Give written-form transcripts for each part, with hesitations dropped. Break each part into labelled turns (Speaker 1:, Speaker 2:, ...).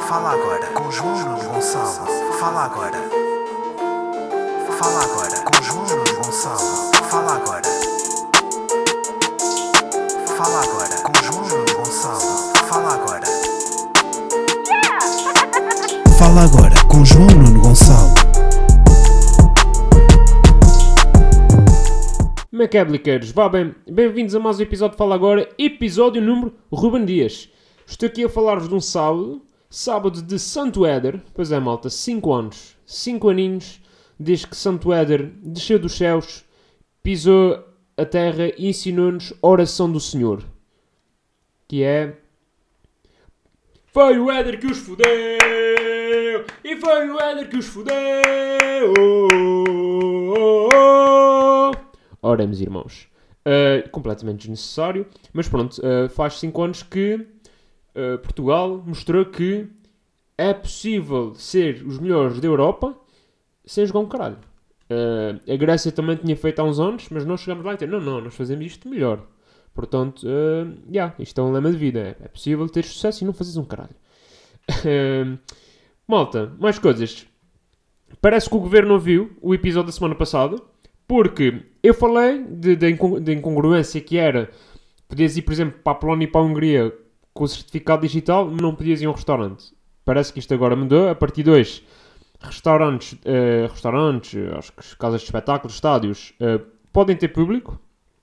Speaker 1: Fala agora com João Nuno Gonçalo. Fala agora. Fala agora com João Nuno Gonçalo. Fala agora. Fala agora com João Nuno Gonçalo. Fala agora. Fala agora com João Nuno Gonçalo.
Speaker 2: Como é que é, bliqueiros? Vá bem, bem-vindos a mais um episódio de Fala Agora, episódio número Ruben Dias. Estou aqui a falar-vos de um sábado de Santo Éder. Pois é, malta, 5 anos, 5 aninhos, desde que Santo Éder desceu dos céus, pisou a terra e ensinou-nos a oração do Senhor. Que é... Foi o Éder que os fodeu! E foi o Éder que os fodeu! Oremos, irmãos. Completamente desnecessário. Mas pronto, faz 5 anos que Portugal mostrou que é possível ser os melhores da Europa sem jogar um caralho. A Grécia também tinha feito há uns anos, mas nós chegamos lá e dizemos, não, nós fazemos isto melhor. Portanto, isto é um lema de vida. É possível ter sucesso e não fazeres um caralho. Malta, mais coisas. Parece que o governo ouviu o episódio da semana passada, porque eu falei da incongruência que era podias ir, por exemplo, para a Polónia e para a Hungria com o certificado digital, mas não podias ir a um restaurante. Parece que isto agora mudou. A partir de hoje, restaurantes, acho que casas de espetáculos, estádios, podem ter público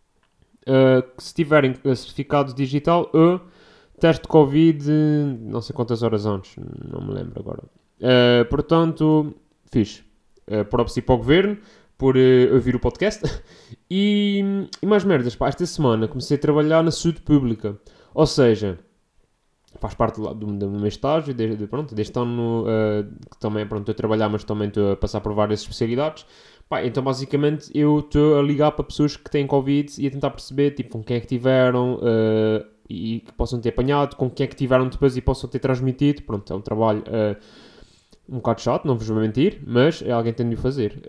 Speaker 2: se tiverem certificado digital ou teste de Covid não sei quantas horas antes, não me lembro agora. Portanto, fixe. Próprio para o governo por ouvir o podcast. E mais merdas, pá, esta semana comecei a trabalhar na saúde pública. Ou seja, faz parte do meu estágio, deste ano, que também estou a trabalhar, mas também estou a passar por várias especialidades. Pá, então, basicamente, eu estou a ligar para pessoas que têm Covid e a tentar perceber, tipo, com quem é que tiveram e que possam ter apanhado, com quem é que tiveram depois e possam ter transmitido. Pronto, é um trabalho um bocado chato, não vos vou mentir, mas alguém tem de o fazer.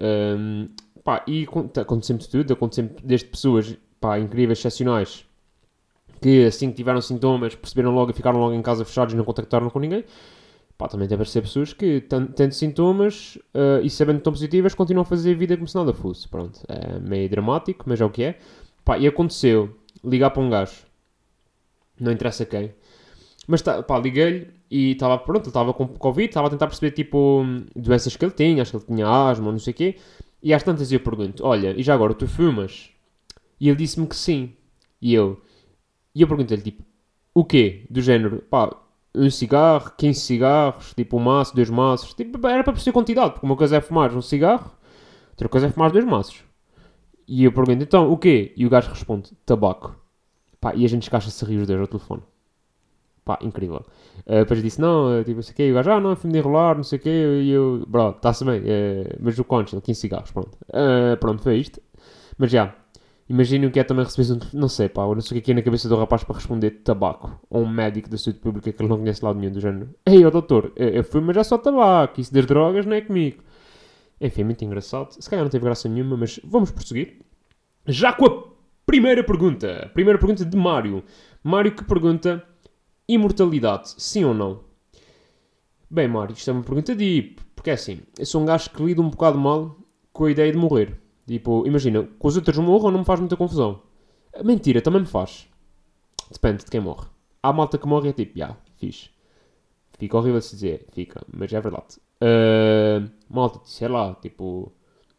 Speaker 2: E acontece sempre tudo, acontece sempre desde pessoas, incríveis, excepcionais, que assim que tiveram sintomas, perceberam logo e ficaram logo em casa fechados e não contactaram com ninguém. Também deve ser pessoas que, tendo sintomas e sabendo que estão positivas, continuam a fazer a vida como se nada fosse. Pronto, é meio dramático, mas é o que é. E aconteceu ligar para um gajo, não interessa quem, mas liguei-lhe e estava com Covid, estava a tentar perceber tipo doenças que ele tinha, acho que ele tinha asma ou não sei o quê, e às tantas eu pergunto, olha, e já agora tu fumas? E ele disse-me que sim, e eu perguntei-lhe tipo, o quê? Do género, um cigarro, 15 cigarros, tipo um maço, 2 maços, tipo, era para perceber quantidade, porque uma coisa é fumar um cigarro, outra coisa é fumar 2 maços. E eu pergunto, então, o quê? E o gajo responde, tabaco. E a gente escacha-se a rir os dois ao telefone. Incrível. Depois disse, não, tipo, não sei o quê, e o gajo, não, fui-me de enrolar, não sei o quê, e eu, bro, está-se bem, mas o concha, 15 cigarros, pronto. Pronto, foi isto. Mas já, imaginem o que é também receber, não sei, eu não sei o que é na cabeça do rapaz para responder tabaco, ou um médico da saúde pública que ele não conhece lado nenhum, do género, ei, doutor, eu fui, mas é só tabaco, isso das drogas não é comigo. Enfim, muito engraçado, se calhar não teve graça nenhuma, mas vamos prosseguir. Já com a primeira pergunta de Mário. Mário que pergunta, imortalidade, sim ou não? Bem, Mário, isto é uma pergunta deep, porque é assim, eu sou um gajo que lido um bocado mal com a ideia de morrer. Tipo, imagina, com os outros morram não me faz muita confusão. Mentira, também me faz. Depende de quem morre. Há malta que morre e é tipo, fixe. Fica horrível de se dizer, fica, mas é verdade. Malta, sei lá, tipo...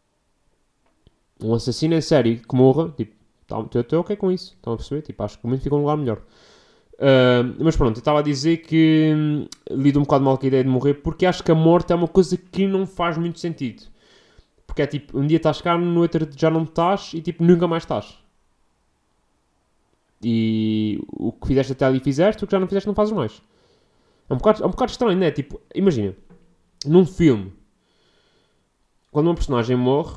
Speaker 2: Um assassino em série que morra, tipo, estou ok com isso. Estão a perceber? Tipo, acho que o mundo fica um lugar melhor. Mas pronto, eu estava a dizer que lido um bocado mal com a ideia de morrer porque acho que a morte é uma coisa que não faz muito sentido. Porque é tipo, um dia estás cá, no outro já não estás e tipo, nunca mais estás. E o que fizeste até ali fizeste, o que já não fizeste não fazes mais. É um bocado estranho, não é? Tipo, imagina, num filme, quando uma personagem morre,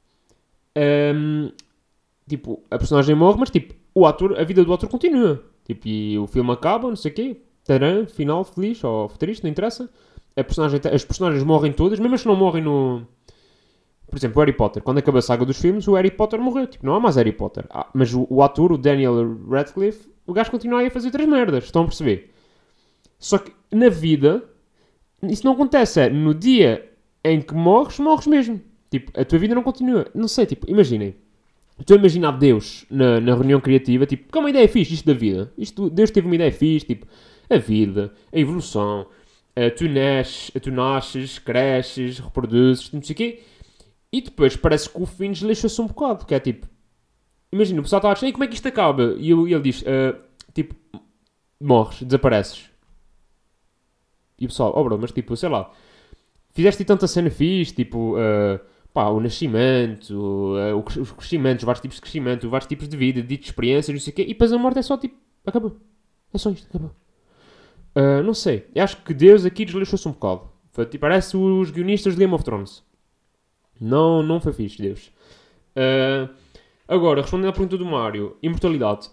Speaker 2: tipo, a personagem morre, mas tipo, a vida do ator continua. Tipo, e o filme acaba, não sei o quê, final feliz ou triste, não interessa. As personagens morrem todas, mesmo as que não morrem no... Por exemplo, o Harry Potter. Quando acaba a saga dos filmes, o Harry Potter morreu. Tipo, não há mais Harry Potter. Mas o ator, o Daniel Radcliffe, o gajo continua aí a fazer outras merdas. Estão a perceber? Só que, na vida, isso não acontece. É no dia em que morres, morres mesmo. Tipo, a tua vida não continua. Não sei, tipo, imaginem. Estou a imaginar Deus na reunião criativa, tipo, que é uma ideia fixe, isto da vida. Deus teve uma ideia fixe, tipo, a vida, a evolução, tu nasces, cresces, reproduzes, não sei o quê, e depois parece que o fim desleixou-se um bocado, que é tipo, imagina, o pessoal está a dizer, como é que isto acaba? E ele diz, tipo, morres, desapareces. E o pessoal, bro, mas tipo, sei lá, fizeste tanta cena fixe, tipo, o nascimento, os crescimentos, vários tipos de crescimento, vários tipos de vida, de experiências, não sei o quê, e depois a morte é só tipo, acabou. É só isto, acabou. Não sei, eu acho que Deus aqui desleixou-se um bocado. Foi, tipo, parece os guionistas de Game of Thrones. Não foi fixe, Deus. Agora, respondendo à pergunta do Mário, imortalidade.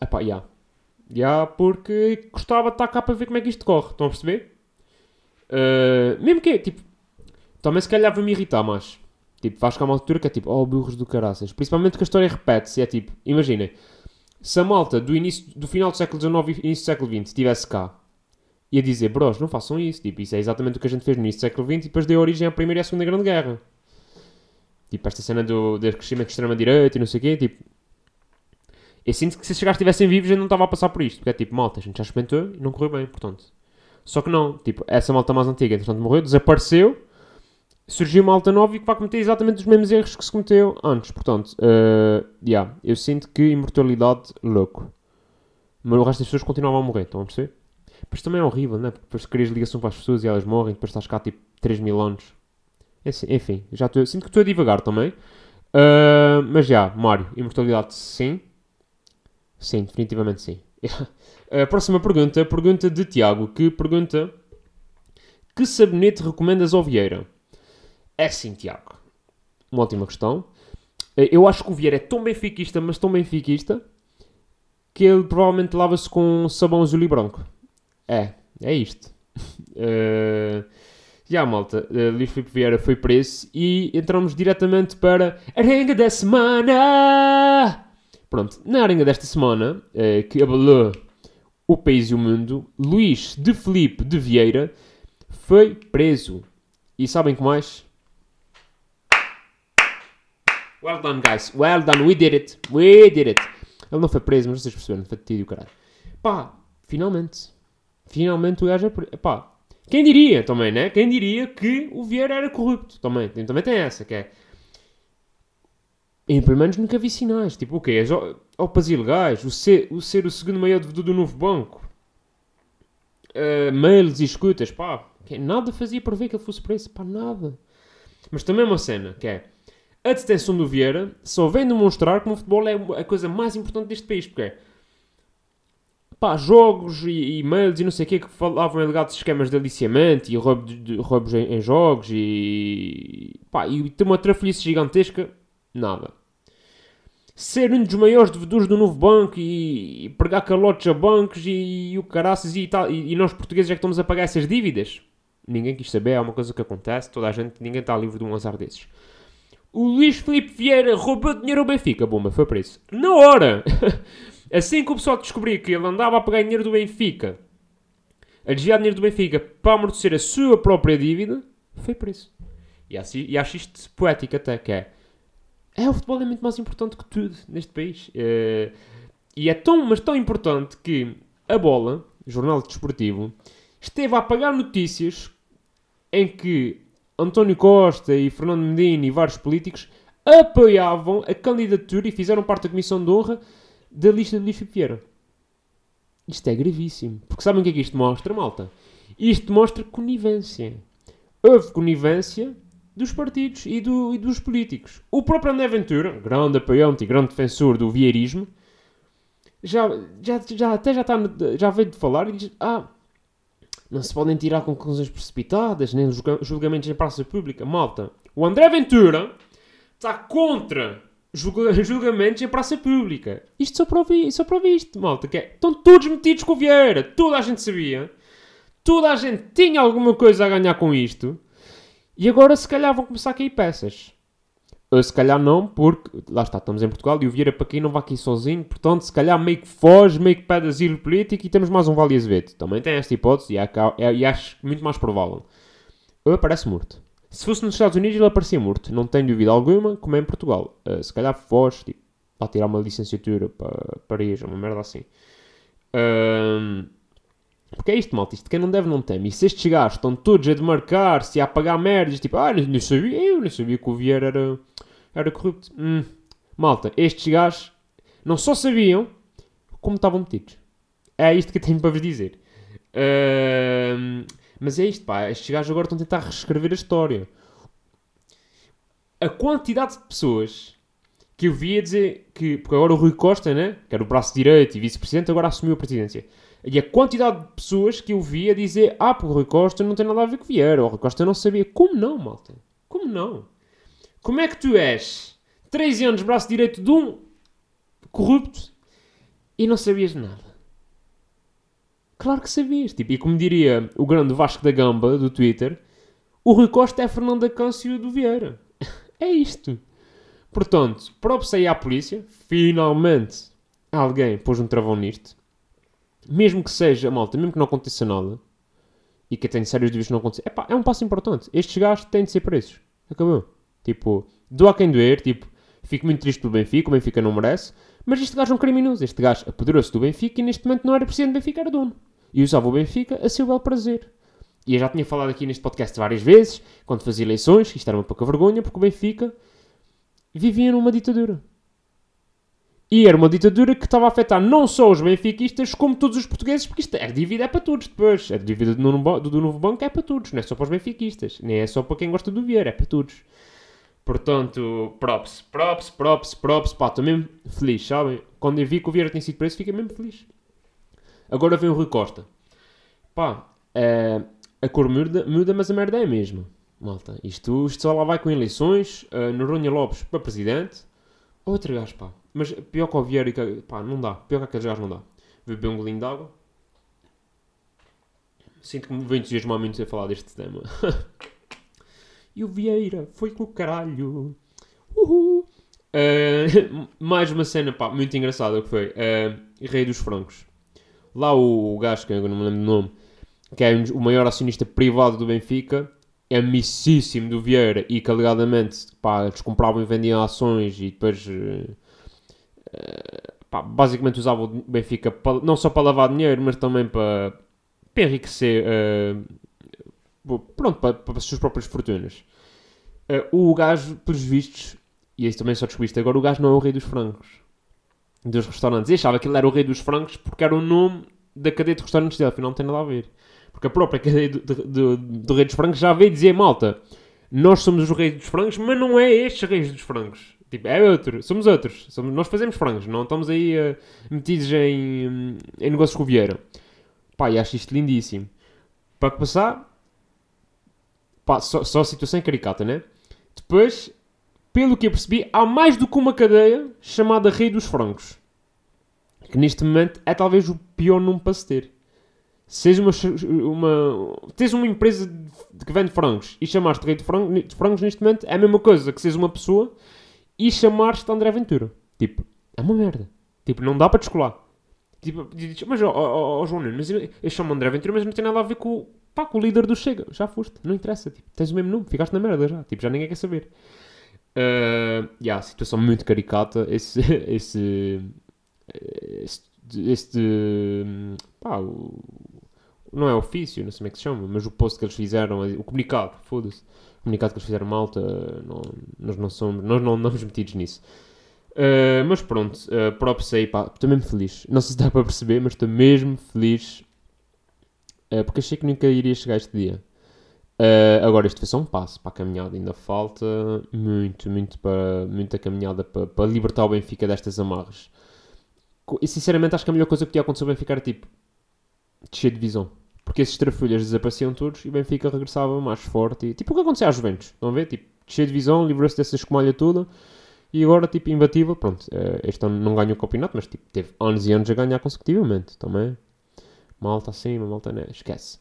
Speaker 2: Porque gostava de estar cá para ver como é que isto corre, estão a perceber? Mesmo que, tipo, também se calhar vai-me irritar mais. Tipo, vais cá uma altura que é tipo, burros do caraças. Principalmente que a história repete-se. É tipo, imaginem, se a malta do final do século XIX e início do século XX estivesse cá, ia dizer, bros, não façam isso. Tipo, isso é exatamente o que a gente fez no início do século XX e depois deu origem à Primeira e à Segunda Grande Guerra. Tipo, esta cena do crescimento de extrema-direita e não sei o quê, tipo... Eu sinto que se esses gajos estivessem vivos, eu não estava a passar por isto. Porque é tipo, malta, a gente já experimentou e não correu bem, portanto. Só que não, tipo, essa malta mais antiga, entretanto morreu, desapareceu, surgiu uma malta nova e que vai cometer exatamente os mesmos erros que se cometeu antes. Portanto, eu sinto que imortalidade, louco. Mas o resto das pessoas continuavam a morrer, estão a perceber? Mas também é horrível, né? Porque depois crias ligação para as pessoas e elas morrem, depois estás cá tipo 3.000 anos. Enfim, sinto que estou a divagar também. Mas Mário, imortalidade sim. Sim, definitivamente sim. A próxima pergunta de Tiago, que pergunta: que sabonete recomendas ao Vieira? É sim, Tiago. Uma ótima questão. Eu acho que o Vieira é tão benfiquista, mas tão benfiquista, que ele provavelmente lava-se com sabão azul e branco. É isto. Malta, Luís Filipe Vieira foi preso e entramos diretamente para a arenga da semana. Pronto, na arenga desta semana, que abalou o país e o mundo, Luís de Filipe de Vieira foi preso. E sabem que mais? Well done, guys. Well done. We did it. Ele não foi preso, mas vocês perceberam. Foi detido, caralho. Finalmente. Finalmente o gajo é preso. Quem diria também, né? Quem diria que o Vieira era corrupto? Também tem essa, que é... Eu, pelo menos, nunca vi sinais. Tipo, o quê? As OPAs ilegais? O ser o segundo maior devedor do novo banco? Mails e escutas? Nada fazia para ver que ele fosse preso. Nada. Mas também uma cena, que é... A detenção do Vieira só vem demonstrar como o futebol é a coisa mais importante deste país. Porque é... jogos e e-mails e não sei o quê que falavam em alegados esquemas de aliciamento e roubos em jogos e tem uma trafolhice gigantesca. Nada. Ser um dos maiores devedores do novo banco e pregar calotes a bancos e o caraças e nós portugueses é que estamos a pagar essas dívidas. Ninguém quis saber, é uma coisa que acontece, ninguém está livre de um azar desses. O Luís Filipe Vieira roubou dinheiro ao Benfica, bomba, foi preso. Na hora! Assim que o pessoal descobriu que ele andava a pegar dinheiro do Benfica, a desviar dinheiro do Benfica para amortecer a sua própria dívida, foi preso. E acho isto poético até, que é o futebol é muito mais importante que tudo neste país. E é tão importante que a Bola, jornal desportivo, esteve a apagar notícias em que António Costa e Fernando Medina e vários políticos apoiavam a candidatura e fizeram parte da comissão de honra da lista de Luís Filipe Vieira. Isto é gravíssimo. Porque sabem o que é que isto mostra, malta? Isto mostra conivência. Houve conivência dos partidos e dos políticos. O próprio André Ventura, grande apoiante e grande defensor do vieirismo, já veio de falar e diz: não se podem tirar conclusões precipitadas, nem julgamentos em praça pública. Malta, o André Ventura está contra julgamentos em praça pública. Isto só prova isto, malta, que estão todos metidos com o Vieira. Toda a gente sabia. Toda a gente tinha alguma coisa a ganhar com isto. E agora, se calhar, vão começar a cair peças. Ou se calhar não, porque, lá está, estamos em Portugal e o Vieira para quem não vai aqui sozinho, portanto, se calhar meio que foge, meio que pede asilo político e temos mais um Vale Azevedo. Também tem esta hipótese e acho muito mais provável. ou aparece morto. Se fosse nos Estados Unidos, ele aparecia morto. Não tenho dúvida alguma, como é em Portugal. Se calhar foge, tipo, para tirar uma licenciatura para Paris, uma merda assim. Porque é isto, malta. Isto quem não deve não teme. E se estes gajos estão todos a demarcar-se e a apagar merdas, tipo, eu não sabia que o Vieira era corrupto. Malta, estes gajos não só sabiam, como estavam metidos. É isto que eu tenho para vos dizer. Mas é isto, pá. Estes gajos agora estão a tentar reescrever a história. A quantidade de pessoas que eu via dizer que... Porque agora o Rui Costa, né? Que era o braço direito e vice-presidente, agora assumiu a presidência. E a quantidade de pessoas que eu via dizer porque o Rui Costa não tem nada a ver com o Vieira. O Rui Costa não sabia. Como não, malta? Como não? Como é que tu és 13 anos braço direito de um corrupto e não sabias nada? Claro que sabias. Tipo, e como diria o grande Vasco da Gamba do Twitter, o Rui Costa é Fernando Acâncio do Vieira. É isto. Portanto, props aí à polícia. Finalmente alguém pôs um travão nisto. Mesmo que seja, malta, mesmo que não aconteça nada, e que eu tenho sérios dúvidas que não aconteça, é um passo importante. Estes gajos têm de ser presos. Acabou. Tipo, doa quem doer, tipo, fico muito triste pelo Benfica, o Benfica não merece, mas este gajo é um criminoso. Este gajo apoderou-se do Benfica e neste momento não era presidente do Benfica, era dono. E usava o Benfica a seu belo prazer. E eu já tinha falado aqui neste podcast várias vezes, quando fazia eleições, que isto era uma pouca vergonha, porque o Benfica vivia numa ditadura. E era uma ditadura que estava a afetar não só os benfiquistas, como todos os portugueses, porque isto, a dívida é para todos depois. A dívida do novo banco é para todos, não é só para os benfiquistas. Nem é só para quem gosta do Vieira, é para todos. Portanto, props. Pá, estou mesmo feliz, sabem? Quando eu vi que o Vieira tem sido preso, fiquei mesmo feliz. Agora vem o Rui Costa. Pá, a cor muda, mas a merda é a mesma. Malta, isto só lá vai com eleições, Noronha Lopes para presidente. Outro gajo, pá. Mas pior que o Vieira, pá, não dá. Pior que aqueles gajos não dá. Vou beber um golinho de água. Sinto que me vou entusiasmar muito a falar deste tema. E o Vieira foi com o caralho. Mais uma cena, pá, muito engraçada que foi. Rei dos Francos. Lá o gajo, que eu não me lembro do nome, que é o maior acionista privado do Benfica, é amicíssimo do Vieira e que alegadamente, pá, eles compravam e vendiam ações e depois... pá, basicamente usava o Benfica não só para lavar dinheiro, mas também para enriquecer, pronto, para as suas próprias fortunas. O gajo, pelos vistos, e isso também só descobriste agora, o gajo não é o rei dos francos, dos restaurantes. Eu achava que ele era o rei dos francos porque era o nome da cadeia de restaurantes dele, afinal não tem nada a ver. Porque a própria cadeia do rei dos francos já veio dizer, malta, nós somos os reis dos francos, mas não é estes reis dos francos. Tipo, é outro, somos outros. Nós fazemos frangos, não estamos aí metidos em negócios com o Vieira. Pá, e acho isto lindíssimo. Para passar, pá, só a situação caricata, né? Depois, pelo que eu percebi, há mais do que uma cadeia chamada Rei dos Francos. Que neste momento é talvez o pior nome para se ter. Se tens uma empresa que vende frangos e chamaste Rei de Frangos neste momento é a mesma coisa que seres uma pessoa e chamares-te André Ventura. Tipo, é uma merda. Tipo, não dá para descolar. Tipo, mas, João Nuno, mas eu chamo André Ventura, mas não tem nada a ver com o líder do Chega. Já foste, não interessa. Tipo, tens o mesmo nome, ficaste na merda já. Tipo, já ninguém quer saber. Situação muito caricata. Não é ofício, não sei como é que se chama, mas o post que eles fizeram, o comunicado, foda-se. O comunicado que eles fizeram, malta, nós não andamos metidos nisso. Mas pronto, props aí, pá, estou mesmo feliz. Não sei se dá para perceber, mas estou mesmo feliz. Porque achei que nunca iria chegar este dia. Agora, isto foi só um passo para a caminhada. Ainda falta muita caminhada para libertar o Benfica destas amarras. E sinceramente acho que a melhor coisa que podia acontecer ao Benfica era tipo descer de divisão. Porque esses trafulhas desapareciam todos e o Benfica regressava mais forte. E, tipo o que aconteceu às Juventus. Estão a ver? Tipo, descer de divisão, livrou-se dessa escumalha toda. E agora, tipo, imbatível. Pronto, este ano não ganhou o campeonato, mas tipo, teve anos e anos a ganhar consecutivamente. Também. Malta acima, malta né, esquece.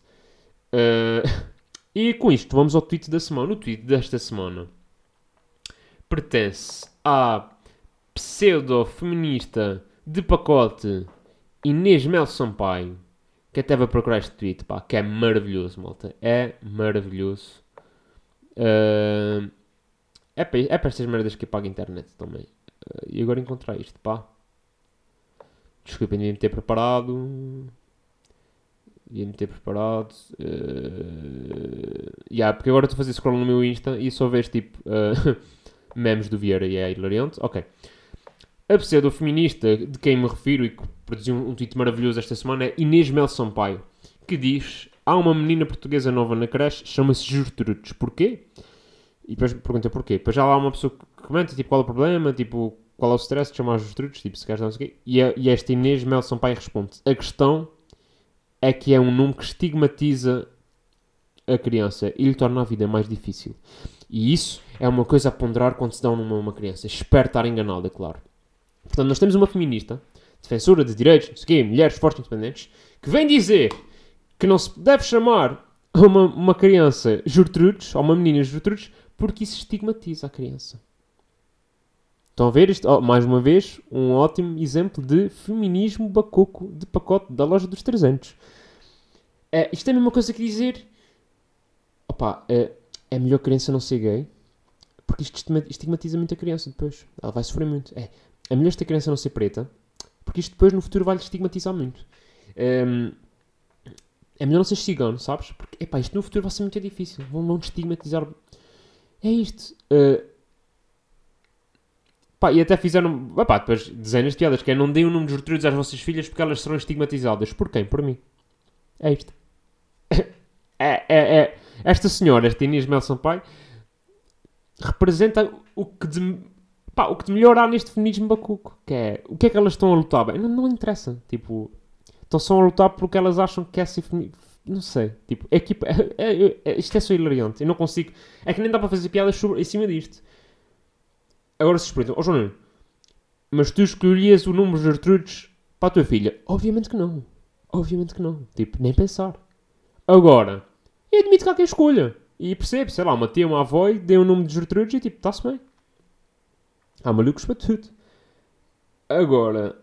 Speaker 2: E com isto, vamos ao tweet da semana. O tweet desta semana pertence à pseudo-feminista de pacote Inês Mel Sampaio, que até vai procurar este tweet, pá, que é maravilhoso, malta. É maravilhoso. É para estas merdas que eu pago a internet também. E agora encontrar isto, pá. Desculpem, devia-me ter preparado. Porque agora estou a fazer scroll no meu Insta e só vejo tipo memes do Vieira e é hilariante. Ok. A pseudo-feminista de quem me refiro e que produziu um tweet maravilhoso esta semana é Inês Mel Sampaio, que diz: há uma menina portuguesa nova na creche, chama-se Gertrudes. Porquê? E depois pergunta porquê. Depois já lá há uma pessoa que comenta, tipo, qual é o problema, tipo, qual é o stress de chamar as Gertrudes, tipo, se queres não sei o quê. E esta Inês Mel Sampaio responde: a questão é que é um nome que estigmatiza a criança e lhe torna a vida mais difícil. E isso é uma coisa a ponderar quando se dá um nome a uma criança. Espero estar enganado, é claro. Portanto, nós temos uma feminista, defensora de direitos, não sei o quê, mulheres fortes e independentes, que vem dizer que não se deve chamar uma criança Gertrudes, ou uma menina Gertrudes, porque isso estigmatiza a criança. Estão a ver isto? Oh, mais uma vez, um ótimo exemplo de feminismo bacoco de pacote da loja dos 300. Isto é a mesma coisa que dizer... é melhor a criança não ser gay, porque isto estigmatiza muito a criança depois. Ela vai sofrer muito. É melhor esta criança não ser preta, porque isto depois no futuro vai-lhe estigmatizar muito. É melhor não ser cigano, sabes? Porque, isto no futuro vai ser muito difícil. Vão estigmatizar... É isto. E até fizeram... depois dezenas de piadas, que é: não deem o nome de Gertrudes às vossas filhas porque elas serão estigmatizadas. Por quem? Por mim. É isto. Esta senhora, esta Inês Mel Sampaio, representa o que de melhor há neste feminismo bacuco. Que é... O que é que elas estão a lutar? Bem, não interessa. Tipo... Estão só a lutar porque elas acham que é ser feminista. Não sei. Tipo, isto é só hilariante. Eu não consigo... É que nem dá para fazer piadas em cima disto. Agora se perguntam: João Nuno, mas tu escolhias o nome Gertrudes para a tua filha? Obviamente que não. Obviamente que não. Tipo, nem pensar. Agora, eu admito que há quem escolha. E percebo, sei lá, uma tia, uma avó, e dê o nome de Gertrudes e tipo, está-se bem. Há malucos para tudo. Agora...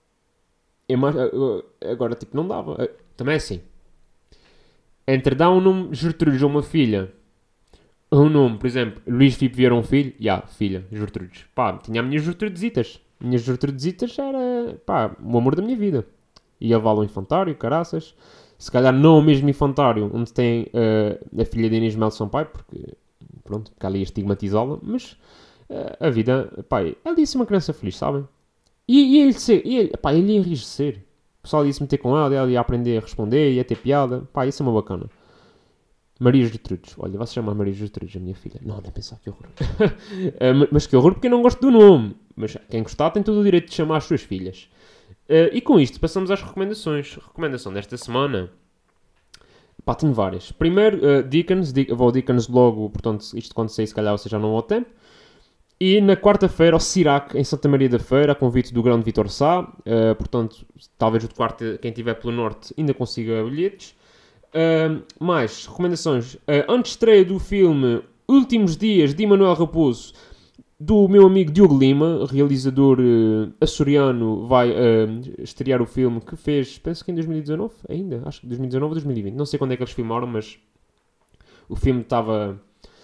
Speaker 2: Agora, tipo, não dava. Também é assim. Entre dar um nome Gertrudes a uma filha, um nome, por exemplo, Luís Filipe Vieira, um filho, filha, Gertrudes. Tinha as minhas Gertrudesitas. Minhas Gertrudesitas era, o amor da minha vida. Ia levá-lo ao infantário, caraças. Se calhar não o mesmo infantário onde tem a filha de Inês Mel Sampaio, porque ela ia estigmatizá-la, mas a vida, ela ia ser uma criança feliz, sabem? E ele ia enrijecer. O pessoal ia se meter com ela ia aprender a responder, ia ter piada. Isso é uma bacana. Maria Gertrudes. Olha, vai-se chamar Maria Gertrudes, a minha filha. Não pensar, que horror. Mas que horror, porque eu não gosto do nome. Mas quem gostar tem todo o direito de chamar as suas filhas. E com isto passamos às recomendações. Recomendação desta semana. Tenho várias. Primeiro, Dickens. Vou ao Dickens logo, portanto, isto quando sair, se calhar você já não há tempo. E na quarta-feira, ao Cirac, em Santa Maria da Feira, a convite do grande Vitor Sá. Portanto, talvez o de quarta, quem estiver pelo norte, ainda consiga bilhetes. Mais recomendações. Antestreia do filme Últimos Dias, de Manuel Raposo, do meu amigo Diogo Lima, realizador açoriano, vai estrear o filme que fez, penso que em 2019 ainda. Acho que 2019 ou 2020. Não sei quando é que eles filmaram, mas o filme estava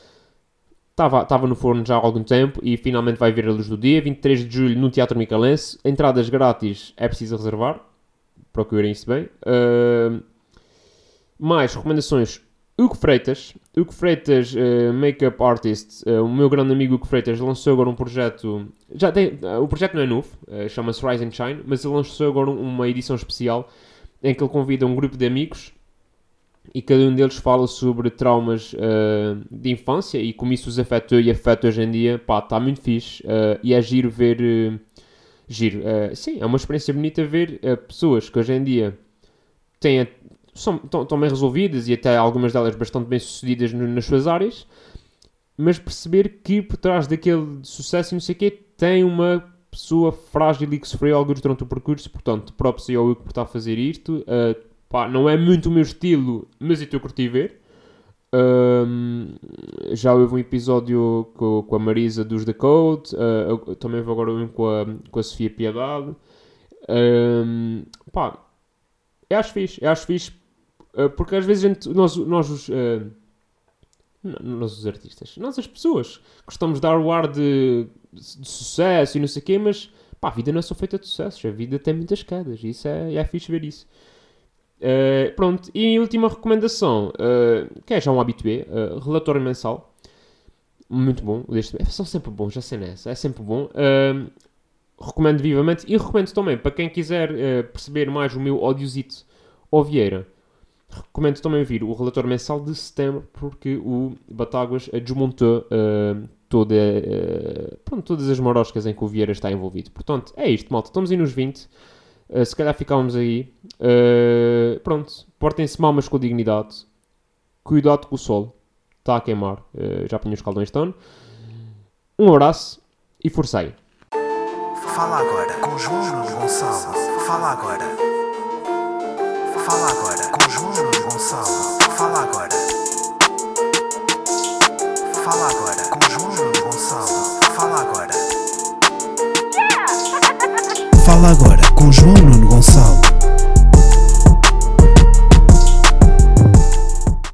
Speaker 2: no forno já há algum tempo e finalmente vai ver a luz do dia. 23 de julho no Teatro Micalense. Entradas grátis, é preciso reservar. Procurem isso bem. Mais recomendações. Hugo Freitas, make-up artist. O meu grande amigo Hugo Freitas lançou agora um projeto. O projeto não é novo, chama-se Rise and Shine, mas ele lançou agora uma edição especial em que ele convida um grupo de amigos e cada um deles fala sobre traumas de infância e como isso os afetou e afeta hoje em dia. Está muito fixe. E é giro ver... sim, é uma experiência bonita ver pessoas que hoje em dia estão bem resolvidas e até algumas delas bastante bem sucedidas nas suas áreas, mas perceber que por trás daquele sucesso e não sei o quê tem uma pessoa frágil e que sofreu algo durante o percurso. Portanto, próprio eu por estar a fazer isto. Não é muito o meu estilo, mas eu estou a curtir ver. Já houve um episódio com a Marisa dos The Code. Também vou agora um com a Sofia Piedade. Eu acho fixe. Porque às vezes nós Nós os artistas. Nós as pessoas. Gostamos de dar o ar de sucesso e não sei o quê, mas pá, a vida não é só feita de sucessos. A vida tem muitas quedas. E isso é fixe ver isso. Pronto. E a última recomendação, que é já um habitué, relatório mensal. Muito bom. São sempre bons, já sei nessa. É sempre bom. Recomendo vivamente. E recomendo também, para quem quiser perceber mais o meu odiosito ao Vieira, recomendo também vir o relatório mensal de setembro, porque o Batáguas desmontou todas as moroscas em que o Vieira está envolvido. Portanto, é isto, malta. Estamos aí nos 20. Se calhar ficámos aí. Pronto. Portem-se mal, mas com dignidade. Cuidado com o sol. Está a queimar. Já apanhei os caldões de tono. Um abraço e forcei.
Speaker 1: Fala agora com João Nuno Gonçalo. Fala agora. Fala agora com João Nuno Gonçalo. Fala agora. Fala agora com João Nuno Gonçalo. Fala agora. Fala agora com João Nuno Gonçalo.